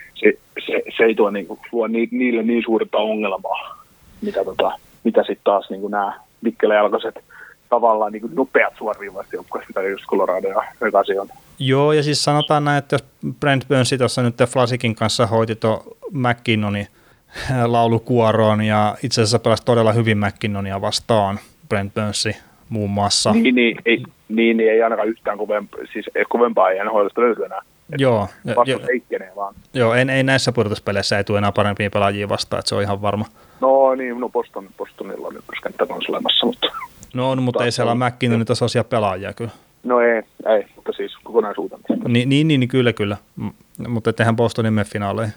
se ei tuo niinku, luo niille niin suurta ongelmaa, mitä sitten taas niinku nämä vikkelä-jalkaiset tavallaan niinku nopeat suoriivaiset joukkueet, mitä just Colorado ja Vegas on. Joo, ja siis sanotaan näin, että jos Brent Burns tuossa nyt Flasikin kanssa hoiti tuon McKinnonin laulukuoroon, ja itse asiassa pelasi todella hyvin McKinnonia vastaan, Brent Burnsi muun muassa. Niin, ei ainakaan yhtään kovempaa ei NHL:stä löydy enää. Joo. Vastus heikkenee vaan. Joo, ei näissä pudotuspeleissä ei tule enää parempia pelaajia vastaan, että se on ihan varma. No niin, Bostonilla on ykköskenttä kanssa olemassa, mutta. No, mutta ei siellä ole McKinnonin tasoisia pelaajia kyllä. No ei, mutta siis kokonaisuutena. Niin, kyllä. Mutta etteihän Bostonin mene finaaleihin.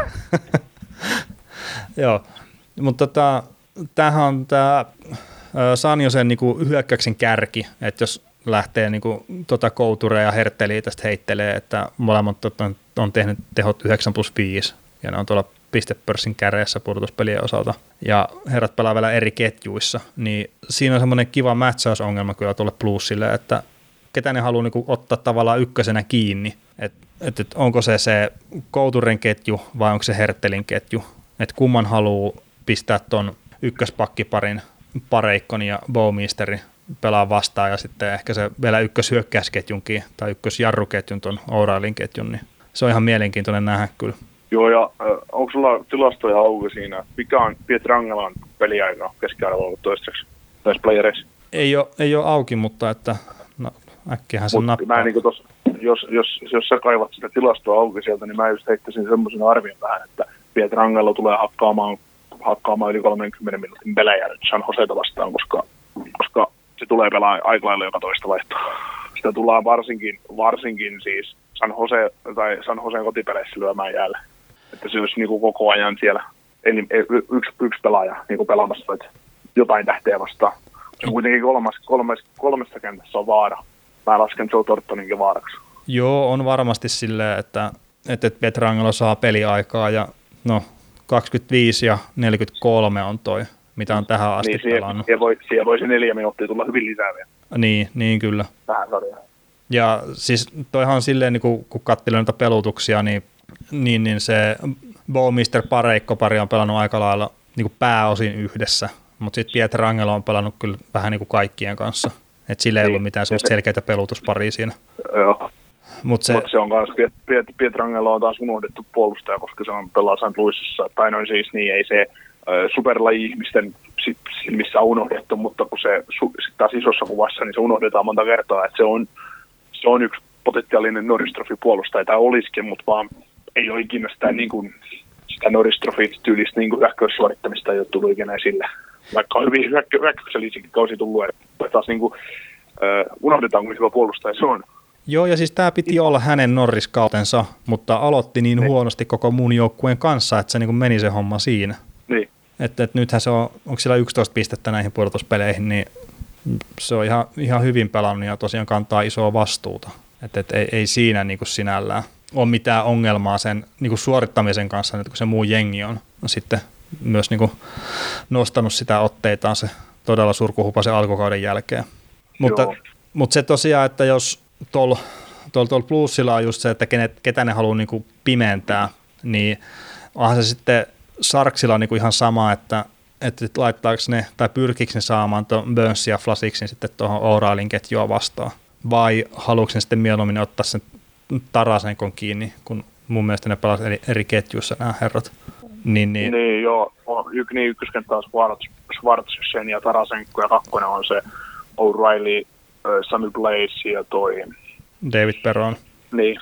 Joo, mutta tämähän on tämä San Josen niinku hyökkäyksen kärki, että jos lähtee niinku Couturea ja Hertteliä tästä heittelee, että molemmat on tehnyt tehot 9+5, ja ne on tuolla pistepörssin kärjessä pudotuspelien osalta, ja herrat pelaa vielä eri ketjuissa, niin siinä on semmoinen kiva matchausongelma kyllä tuolle Bluesille, että ketä ne haluaa niinku ottaa tavallaan ykkösenä kiinni, että onko se Couturen ketju vai onko se Herttelin ketju, että kumman haluaa pistää ton ykköspakkiparin Pareikkon ja Bouwmeisterin pelaa vastaan, ja sitten ehkä se vielä ykköshyökkäysketjunkin tai ykkösjarruketjun ton O'Reillyn ketjun, niin se on ihan mielenkiintoinen nähdä kyllä. Joo, ja onko sulla tilastoja auki siinä? Mikä on Pietrangelan peliaika keskiarvolla ollut toistaiseksi näissä playereissa? Ei ole auki, mutta että äkkiähän se nappaa. Mä niin tos, jos sä kaivat sitä tilastoa auki sieltä, niin mä just heittäisin semmoisen arvion vähän, että Pietrangelo tulee hakkaamaan yli 30 minuutin pelejä San Joseta vastaan, koska se tulee pelaa aika lailla joka toista vaihtoa. Sitä tullaan varsinkin siis San Joseen kotipeleissä lyömään jäälle. Että se olisi niinku koko ajan siellä yksi pelaaja niinku pelaamassa jotain tähteä vastaan. Se on kuitenkin kolmessa kentässä on vaara. Mä lasken Joe Tortoninkin vaaraksi. Joo, on varmasti silleen, että Pietrangelo saa peliaikaa ja 25 ja 43 on toi, mitä on tähän asti niin, pelannut. Siihen voi se 4 minuuttia tulla hyvin lisää vielä. Niin kyllä. Tähän sarjaan. Ja siis toihan on silleen, niin kun katselin noita pelutuksia, niin se Bouwmeister Pareikko-pari on pelannut aika lailla niin pääosin yhdessä, mutta sitten Pietrangelo on pelannut kyllä vähän niin kuin kaikkien kanssa. Että sillä ei ollut mitään semmoista selkeitä pelutusparia siinä. Joo. Mutta se on myös, Pietrangelo on taas unohdettu puolustaja, koska se on pelaa St. Louisissa. Tai noin siis, niin ei se superlaji-ihmisten silmissä unohdettu, mutta kun se taas isossa kuvassa, niin se unohdetaan monta kertaa, että se on yksi potentiaalinen Norris Trophy-puolustaja, tai olisikin, mutta vaan ei ole ikinä sitä, niin kuin, sitä Norris Trophy-tyylistä niin hyökkäyssuorittamista ei ole tullut ikinä esille. vaikka on hyvin hyökkäyksellisiäkin kausi tullut, että taas niin kuin, unohdetaan, kuinka hyvä puolustaja se on. Joo, ja siis tämä piti olla hänen Norris-kautensa, mutta aloitti niin huonosti koko muun joukkueen kanssa, että se niin kuin meni se homma siinä. Niin. Että nythän se onko sillä 11 pistettä näihin pudotuspeleihin, niin se on ihan hyvin pelannut ja tosiaan kantaa isoa vastuuta. Että ei siinä niin kuin sinällään ole mitään ongelmaa sen niin kuin suorittamisen kanssa, nyt kun se muu jengi on sitten myös niin kuin nostanut sitä otteitaan se todella surkuhupaisen alkukauden jälkeen. Mutta se tosiaan, että jos tuolla plussilla on just se, että ketä ne haluaa niin kuin pimentää, niin onhan se sitten Sarksilla niin kuin ihan sama, että laittaako ne tai pyrkikö ne saamaan tuon Burnsin ja Flasiksin sitten tuohon O'Reillyn ketjua vastaan, vai haluatko ne sitten mieluummin ottaa sen Tarasenkon kiinni, kun mun mielestä ne pelasivat eri ketjuissa nämä herrat. Niin joo, ykköskenttä on Schwartzen ja Tarasenko ja kakkonen on se O'Reilly, Sammy Blaze ja toi David Perron. Niin,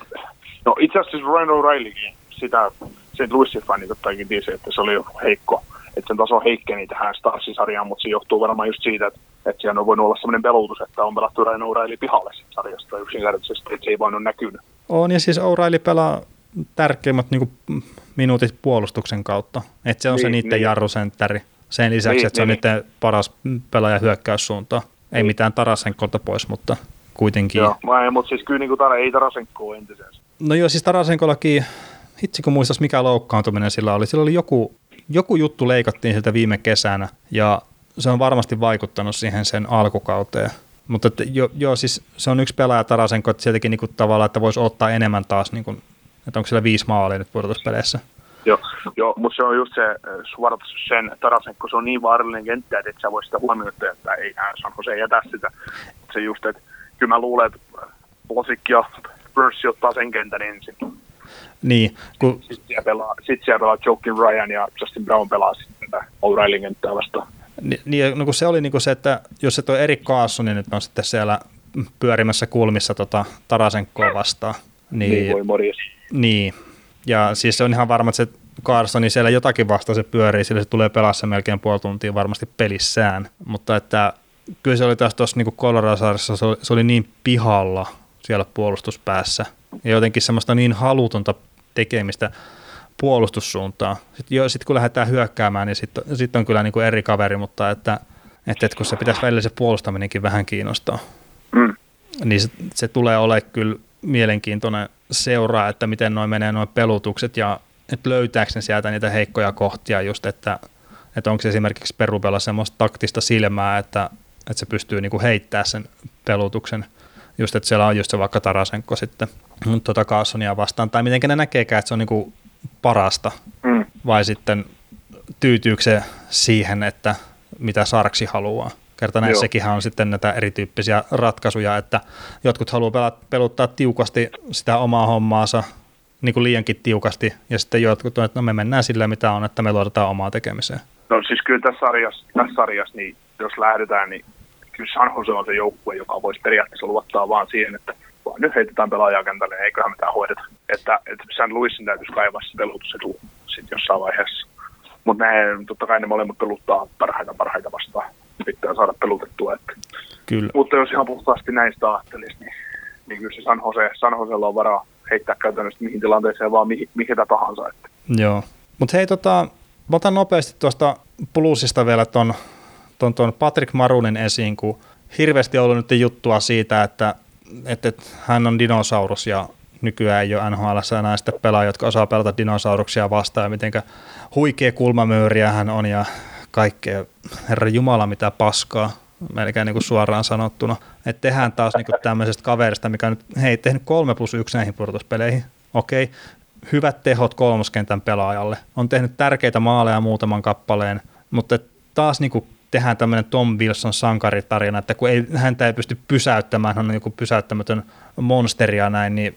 no itse asiassa Ryan O'Reillykin, St. Louisin fanit jotakin tiesi, että se oli heikko, että sen taso heikkeni tähän Starsin-sarjaan, mutta se johtuu varmaan just siitä, että siellä on voinut olla sellainen pelutus, että on pelattu Ryan O'Reilly pihalle sarjasta yksinkertaisesti, että se ei vain ole näkynyt. On, ja siis O'Reilly pelaa tärkeimmät niin minuutit puolustuksen kautta, että se on se niiden jarrusentteri. Sen lisäksi, että se on niiden paras pelaaja hyökkäyssuuntaan. Ei mitään Tarasenkolta pois, mutta kuitenkin. Joo, mutta siis kyllä niin ei Tarasenko ole entisensä. No joo, siis Tarasenkollakin, hitsi kun muistas mikä loukkaantuminen sillä oli. Sillä oli joku juttu leikattiin sieltä viime kesänä, ja se on varmasti vaikuttanut siihen sen alkukauteen. Mutta joo, siis se on yksi pelaaja Tarasenko, että sieltäkin niinku tavallaan, että voisi ottaa enemmän taas, niinku, että onko siellä 5 maalia nyt pudotuspeleissä. Joo, mutta se on just se Schwartzen Tarasenko, se on niin vaarallinen kenttä, että et sä voi sitä huomioida, että ei San Jose jätä sitä. Se just, että kyllä mä luulen, että Blasik ja Bursi ottaa sen kentän ensin. Niin. Sitten siellä pelaa Joakim Ryan ja Justin Brown pelaa sitten tätä O'Reillyn kenttää vastaan. Niin, no kun se oli niin kuin se, että jos se tuo Erik Karlsson nyt on sitten siellä pyörimässä kulmissa Tarasenkoa vastaan. Niin voi morjes. Niin, ja siis se on ihan varma, että se Carlsoni siellä jotakin vastaan se pyörii, sillä se tulee pelaa se melkein puoli tuntia varmasti pelissään. Mutta että kyllä se oli taas tuossa niin Colorado-sarjassa, se oli niin pihalla siellä puolustuspäässä. Ja jotenkin semmoista niin halutonta tekemistä puolustussuuntaan. Sitten kun lähdetään hyökkäämään, niin sitten on kyllä niin kuin eri kaveri, mutta että kun se pitäisi välillä se puolustaminenkin vähän kiinnostaa, niin se tulee olemaan kyllä mielenkiintoinen seuraa, että miten noin menee noin pelutukset ja että löytääkö ne sieltä niitä heikkoja kohtia just, että onko se esimerkiksi Perupella semmoista taktista silmää, että se pystyy niinku heittämään sen pelutuksen, just että siellä on just se vaikka Tarasenko sitten Carlsonia vastaan, tai miten ne näkeekään, että se on niinku parasta, vai sitten tyytyykö se siihen, että mitä Sarksi haluaa. Kerta näissäkinhän on sitten näitä erityyppisiä ratkaisuja, että jotkut haluaa peluttaa tiukasti sitä omaa hommaansa, niin kuin liiankin tiukasti, ja sitten jotkut on, että no me mennään sillä mitä on, että me luotetaan omaa tekemiseen. No siis kyllä tässä sarjassa niin jos lähdetään, niin kyllä San Jose on se joukkue, joka voisi periaatteessa luottaa vaan siihen, että vaan nyt heitetään pelaajaa kentälle, ja eiköhän mitään hoideta. Että St. Louisin täytyisi kaivaa se pelutusetu sitten jossain vaiheessa. Mutta totta kai ne molemmat peluttaa parhaita vastaan. Pitää saada pelutettua. Kyllä. Mutta jos ihan puhtaasti näistä ajattelisi, niin kyllä se San Josella on varaa heittää käytännössä mihin tilanteeseen vaan mihin tahansa. Että. Joo. Mutta hei, mä otan nopeasti tuosta Plusista vielä ton Patrick Maronin esiin, kun hirveästi on ollut nyt juttua siitä, että hän on dinosaurus ja nykyään ei ole NHL:ssä enää sitten pelaajia, jotka osaa pelata dinosauruksia vastaan ja mitenkä huikea kulmamöyriä hän on ja kaikkea, herra jumala mitä paskaa, melkein niin kuin suoraan sanottuna. Että tehdään taas niin kuin tämmöisestä kaverista, mikä on nyt, hei, tehnyt 3+1 näihin pudotuspeleihin, okei, hyvät tehot kolmoskentän pelaajalle, on tehnyt tärkeitä maaleja muutaman kappaleen, mutta taas niin kuin tehdään tämmöinen Tom Wilson sankaritarina, että kun häntä ei pysty pysäyttämään, hän on joku pysäyttämätön monsteri ja näin, niin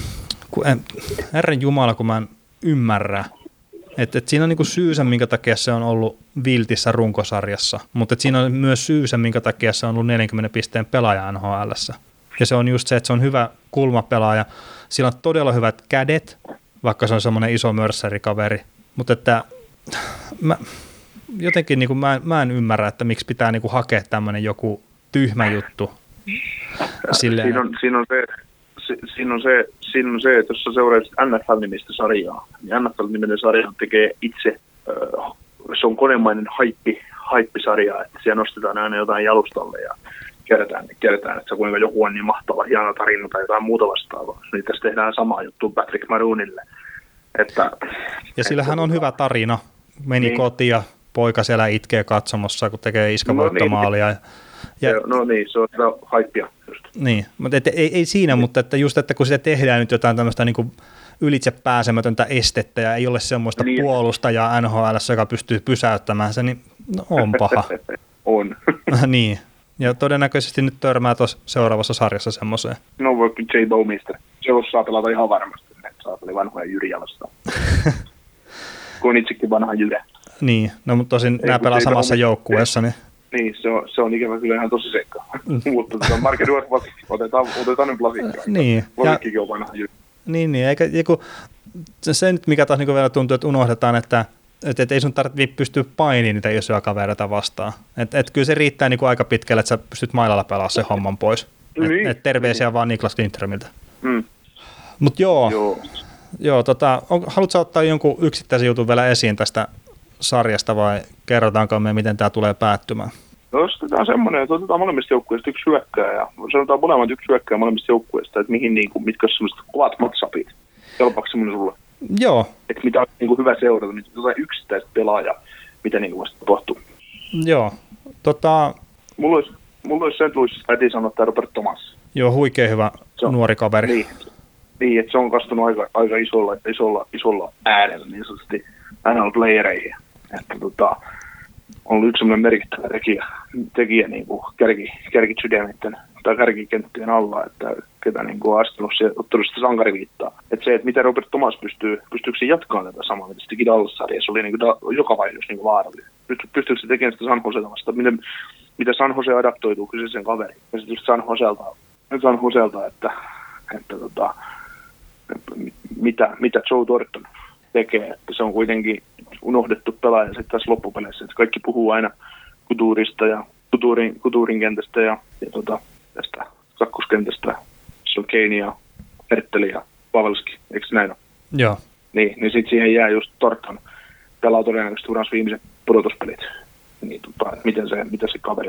herran jumala, kun mä en ymmärrä, että siinä on niinku syysä, minkä takia se on ollut viltissä runkosarjassa, mutta siinä on myös syysä, minkä takia se on ollut 40 pisteen pelaaja NHL:ssä. Ja se on just se, että se on hyvä kulmapelaaja, sillä on todella hyvät kädet, vaikka se on semmoinen iso mörsserikaveri, mutta että jotenkin niin kuin mä en ymmärrä, että miksi pitää niin kuin hakea tämmöinen joku tyhmä juttu. Siinä on se, että jos sä seuraat NFL-nimistä sarjaa, niin NFL-niminen sarja tekee itse, se on konemainen haippisarja, että siellä nostetaan aina jotain jalustalle ja kerrotaan, että kuinka joku on niin mahtava, hieno tarina tai jotain muuta vastaavaa. Niin tässä tehdään samaa juttua Patrick Maroonille. Ja sillähän on hyvä tarina. Meni niin kotiin ja poika siellä itkee katsomossa, kun tekee iskavoittomaalia. No niin, se on sitä haippia just. Niin, mutta ei siinä, mutta että just, että kun sitä tehdään nyt jotain tämmöistä niin kuin ylitse pääsemätöntä estettä ja ei ole semmoista puolustajaa NHL:ssä, joka pystyy pysäyttämään se, niin no, on paha. On. Niin, ja todennäköisesti nyt törmää tuossa seuraavassa sarjassa semmoiseen. No voi J. Bowmeister. Se saa pelata ihan varmasti, että saa pelata vanhoja Jyriä vastaan. Kun itsekin vanha Jyri. Niin, no mutta tosin nämä pelaa samassa joukkueessa. Niin, se on ikävä kyllä ihan tosi seikka. Mutta Mark Edwards otetaan nyt lasikkaa. Niin. Lasikkikin on vanha Jyri. Niin, eikä se nyt mikä taas niin vielä tuntuu, että unohdetaan, että ei sun tarvitse pystyä painimaan niitä isoja kavereita vastaan. Että kyllä se riittää niin kuin aika pitkälle, että sä pystyt mailalla pelaamaan sen homman pois. Niin. Terveisiä vaan Niklas Lindströmiltä. Mutta haluatko ottaa jonkun yksittäisen jutun vielä esiin tästä sarjasta vai kerrotaanko me, miten tämä tulee päättymään? No, otetaan semmoinen, että otetaan molemmista joukkueista yksi hyökkääjä. Sanotaan molemmat yksi hyökkääjä molemmista joukkueista, että mitkä on semmoiset kovat matsapit. Kelpaako semmoinen sulle? Joo. Että mitä on niin kuin hyvä seurata, mitä jotain yksittäistä pelaajaa, mitä niin kuin vasta tapahtuu. Joo. Mulla olisi St. Louisista heti sanoa, että Robert Thomas. Joo, huikea hyvä nuori kaveri. Niin, että se on kastunut aika isolla äänellä niin sanotusti NHL-playereihin. Että on ollut yksi sellainen merkittävä tekijä niin kuin kärkisydämitten tai kärkikenttien alla, että ketä niin kuin on astunut ottanut sitä sankariviittaa. Että se, että miten Robert Thomas pystyykö se jatkamaan tätä samaa, mitä se teki Dallas-sarjassa, oli niin kuin joka vaiheessa niin vaarallinen. Pystyykö se tekemään sitä San Joseta vasta, mitä San Jose adaptoituu kyseisen kaveriin. Ja sitten just San Joselta, että mitä Joe Thornton tekee, että se on kuitenkin unohdettu pelaaja sitten tässä loppupeleissä, että kaikki puhuu aina Couturista ja Couturin kentästä ja tästä kakkoskentästä, se on Kane ja Hertteli ja Pavelski, eikö näin ole? Joo. Niin sitten siihen jää just Thornton, pelaa todennäköisesti uransa viimeiset pudotuspelit, niin miten se kaveri,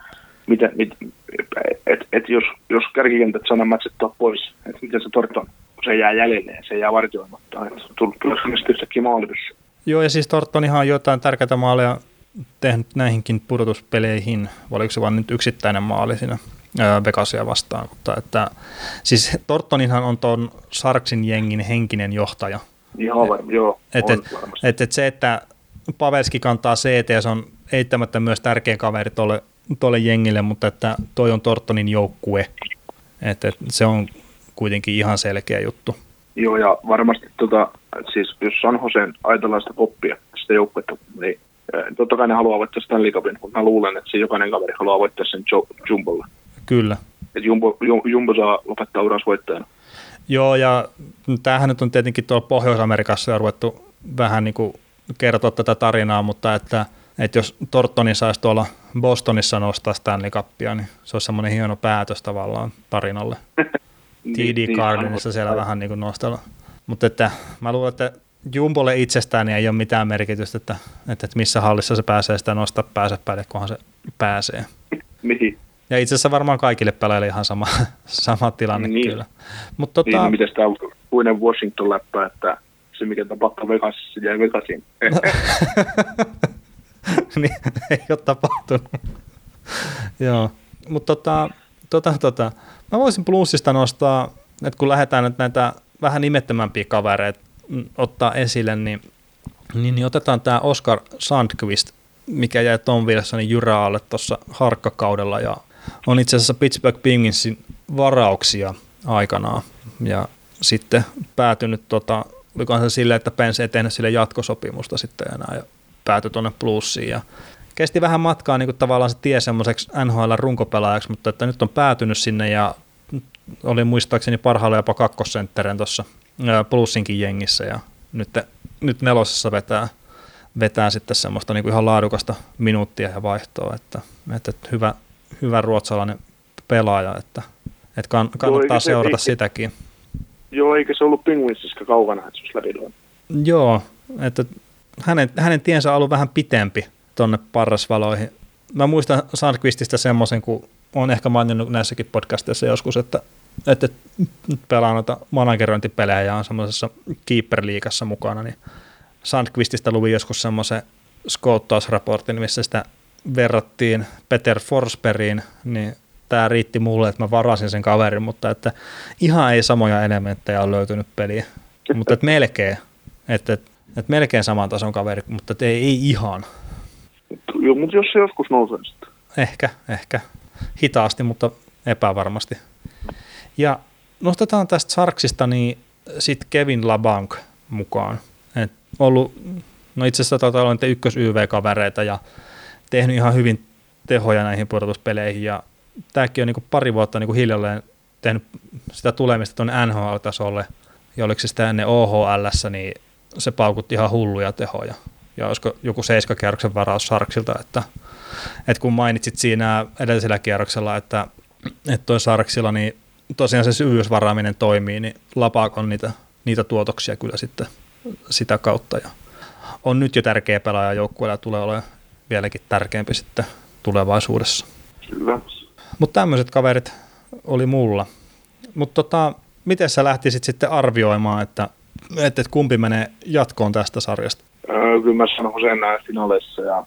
jos kärkikentät saadaan matchettaa pois, että miten se Thornton, kun se jää jäljelle ja se jää vartioimatta, että se on tullut yhtäkkiä maalipyssä. Joo, ja siis Thorntonihan on jotain tärkeää maalia tehnyt näihinkin pudotuspeleihin, vai oliko se vaan nyt yksittäinen maali siinä Vegasia vastaan, mutta että siis Thorntoninhan on tuon Sharksin jengin henkinen johtaja. Ihan varmaan, joo, varmasti. Että se, että Pavelski kantaa CT, se on eittämättä myös tärkeä kaveri tuolle jengille, mutta että toi on Thorntonin joukkue, että se on kuitenkin ihan selkeä juttu. Joo, ja varmasti siis jos San Joseen ajatellaan sitä poppia, sitä joukkuetta, niin totta kai ne haluaa voittaa Stanley Cupin, mutta mä luulen, että se jokainen kaveri haluaa voittaa sen Jumbolle. Kyllä. Että Jumbo saa lopettaa uransa voittajana. Joo, ja tämähän nyt on tietenkin tuolla Pohjois-Amerikassa ja ruvettu vähän niin kuin kertoa tätä tarinaa, mutta että jos Thorntoni saisi tuolla Bostonissa nostaa Stanley Cupia, niin se olisi semmoinen hieno päätös tavallaan tarinalle. TD Gardenissa siellä vähän niin kuin nostella. Mutta että mä luulen, että Jumbolle itsestään ei ole mitään merkitystä, että missä hallissa se pääsee sitä nostaa päänsä päälle, kunhan se pääsee. Mihin? Ja itse asiassa varmaan kaikille pelaajille ihan sama tilanne niin. Kyllä. Niin, miten tämä puinen Washington-läppä, että se mikä tapahtuu Vegasissa jäi Vegasiin. Niin, ei ole tapahtunut. Joo, mutta mä voisin Bluesista nostaa, että kun lähdetään nyt näitä vähän nimettömämpiä kavereita ottaa esille, niin otetaan tämä Oscar Sandqvist, mikä jäi Tom Wilsonin jyräälle tuossa harkkakaudella ja on itse asiassa Pittsburgh Penguinsin varauksia aikanaan ja sitten päätynyt, olikohan se silleen, että Pence ei tehnyt sille jatkosopimusta sitten enää ja päätyi tuonne Bluesiin ja kesti vähän matkaa niin kuin tavallaan se tie semmoiseksi NHL-runkopelaajaksi, mutta että nyt on päätynyt sinne ja oli muistaakseni parhailla jopa kakkosentteren tuossa Bluesinkin jengissä ja nyt nelosessa vetää vetää sitten semmoista niin kuin ihan laadukasta minuuttia ja vaihtoa, että hyvä ruotsalainen pelaaja, että kannattaa seurata sitäkin. Joo, eikä se ollut Penguinsissa kaukana, että se olisi läpi. Joo, että hänen tiensä on ollut vähän pitempi tuonne parrasvaloihin. Mä muistan Sandqvististä semmoisen, kun olen ehkä maininnut näissäkin podcasteissa joskus, että pelaa noita managerointipelejä ja on semmoisessa keeper-liigassa mukana, niin Sandqvististä luin joskus semmoisen skouttausraportin, missä sitä verrattiin Peter Forsbergiin, niin tämä riitti mulle, että mä varasin sen kaverin, mutta että ihan ei samoja elementtejä ole löytynyt peliin, mutta että melkein, että melkein saman tason kaveri, mutta että ei ihan. Joo, mutta jos se joskus nousee sitten. Ehkä. Hitaasti, mutta epävarmasti. Ja nostetaan tästä Sharksista niin sitten Kevin Labanc mukaan. Et ollut, no itse asiassa taitaa olla niitä ykkös-YV-kavereita ja tehnyt ihan hyvin tehoja näihin pudotuspeleihin ja tämäkin on niin pari vuotta niin hiljalleen tehnyt sitä tulemista tuonne NHL-tasolle ja oliko se sitä ennen OHL:ssä, niin se paukutti ihan hulluja tehoja. Ja olisiko joku 7-kierroksen varaus Sharksilta, että kun mainitsit siinä edellisellä kierroksella, että toi Sharksilla, niin tosiaan se syvyysvaraaminen toimii, niin Labanc on niitä tuotoksia kyllä sitten sitä kautta. Ja on nyt jo tärkeä pelaaja joukkueella ja tulee olemaan vieläkin tärkeämpi sitten tulevaisuudessa. Kyllä. Mutta tämmöiset kaverit oli mulla. Mutta miten sä lähtisit sitten arvioimaan, että kumpi menee jatkoon tästä sarjasta? Kyllä mä sanon Hoseen näin finaaleissa ja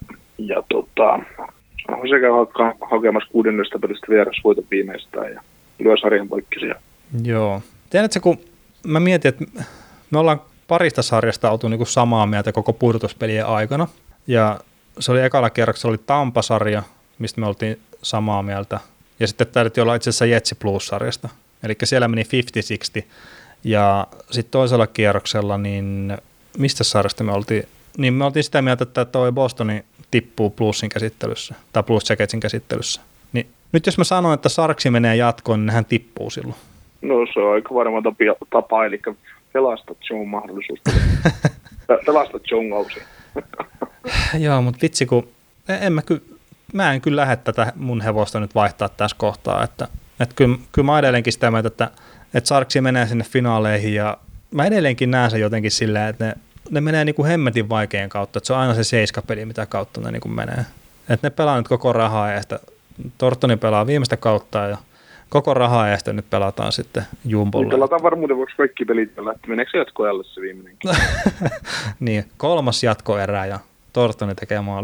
Hose käy hakemassa 6. pelistä vierasvoiton viimeistään ja lyö sarjan poikkisia. Joo. Tiedätkö, kun mä mietin, että me ollaan parista sarjasta oltu niinku samaa mieltä koko pudotuspelien aikana ja se oli ekalla kierroksella oli Tampa-sarja, mistä me oltiin samaa mieltä ja sitten täytyy olla itse asiassa Jetsi Plus-sarjasta. Eli siellä meni 50-60 ja sitten toisella kierroksella, niin mistä sarjasta me oltiin? Niin me oltiin sitä mieltä, että toi Bostoni tippuu Plusin käsittelyssä, tai Plus Jacketsin käsittelyssä. Niin nyt jos mä sanon, että Sharksi menee jatkoon, niin hän tippuu silloin. No se on aika varma tapa, eli pelastat John mahdollisuus. Pelastat John kausi. Joo, mutta vitsi, kun mä en kyllä lähde tätä mun hevosta nyt vaihtaa tässä kohtaa, että kyllä mä edelleenkin sitä mieltä, että Sharksi menee sinne finaaleihin ja mä edelleenkin näen sen jotenkin silleen, että ne menee niin kuin hemmetin vaikean kautta, että se on aina se 7-peli, mitä kautta ne niin kuin menee. Että ne pelaa nyt koko rahaa eestä. Tortoni pelaa viimeistä kautta ja koko rahaa eestä nyt pelataan sitten Jumbolle. Niin pelataan varmuuden vuoksi kaikki pelit tällä, että meneekö se jatkoajalle se viimeinenkin? Niin, 3. jatkoerä ja Tortoni tekee maali.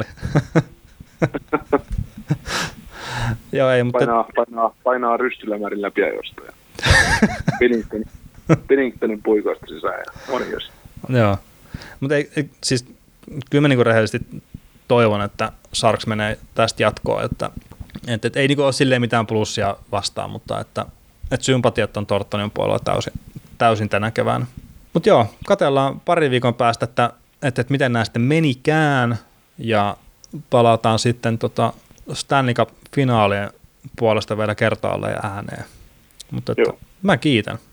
Joo, ei, mutta painaa rystylämärin läpi ajosta ja Penningtonin puikoista sisään ja morjens. Joo, mutta siis kyllä mä niinku rehellisesti toivon, että Sharks menee tästä jatkoon, että ei niinku ole silleen mitään plussia vastaan, mutta että sympatiat on Tortonin puolella täysin tänä keväänä. Mutta joo, katsellaan pari viikon päästä, että miten nämä sitten menikään ja palataan sitten Stanley Cup-finaalien puolesta vielä kertaalleen ääneen. Mutta mä kiitän.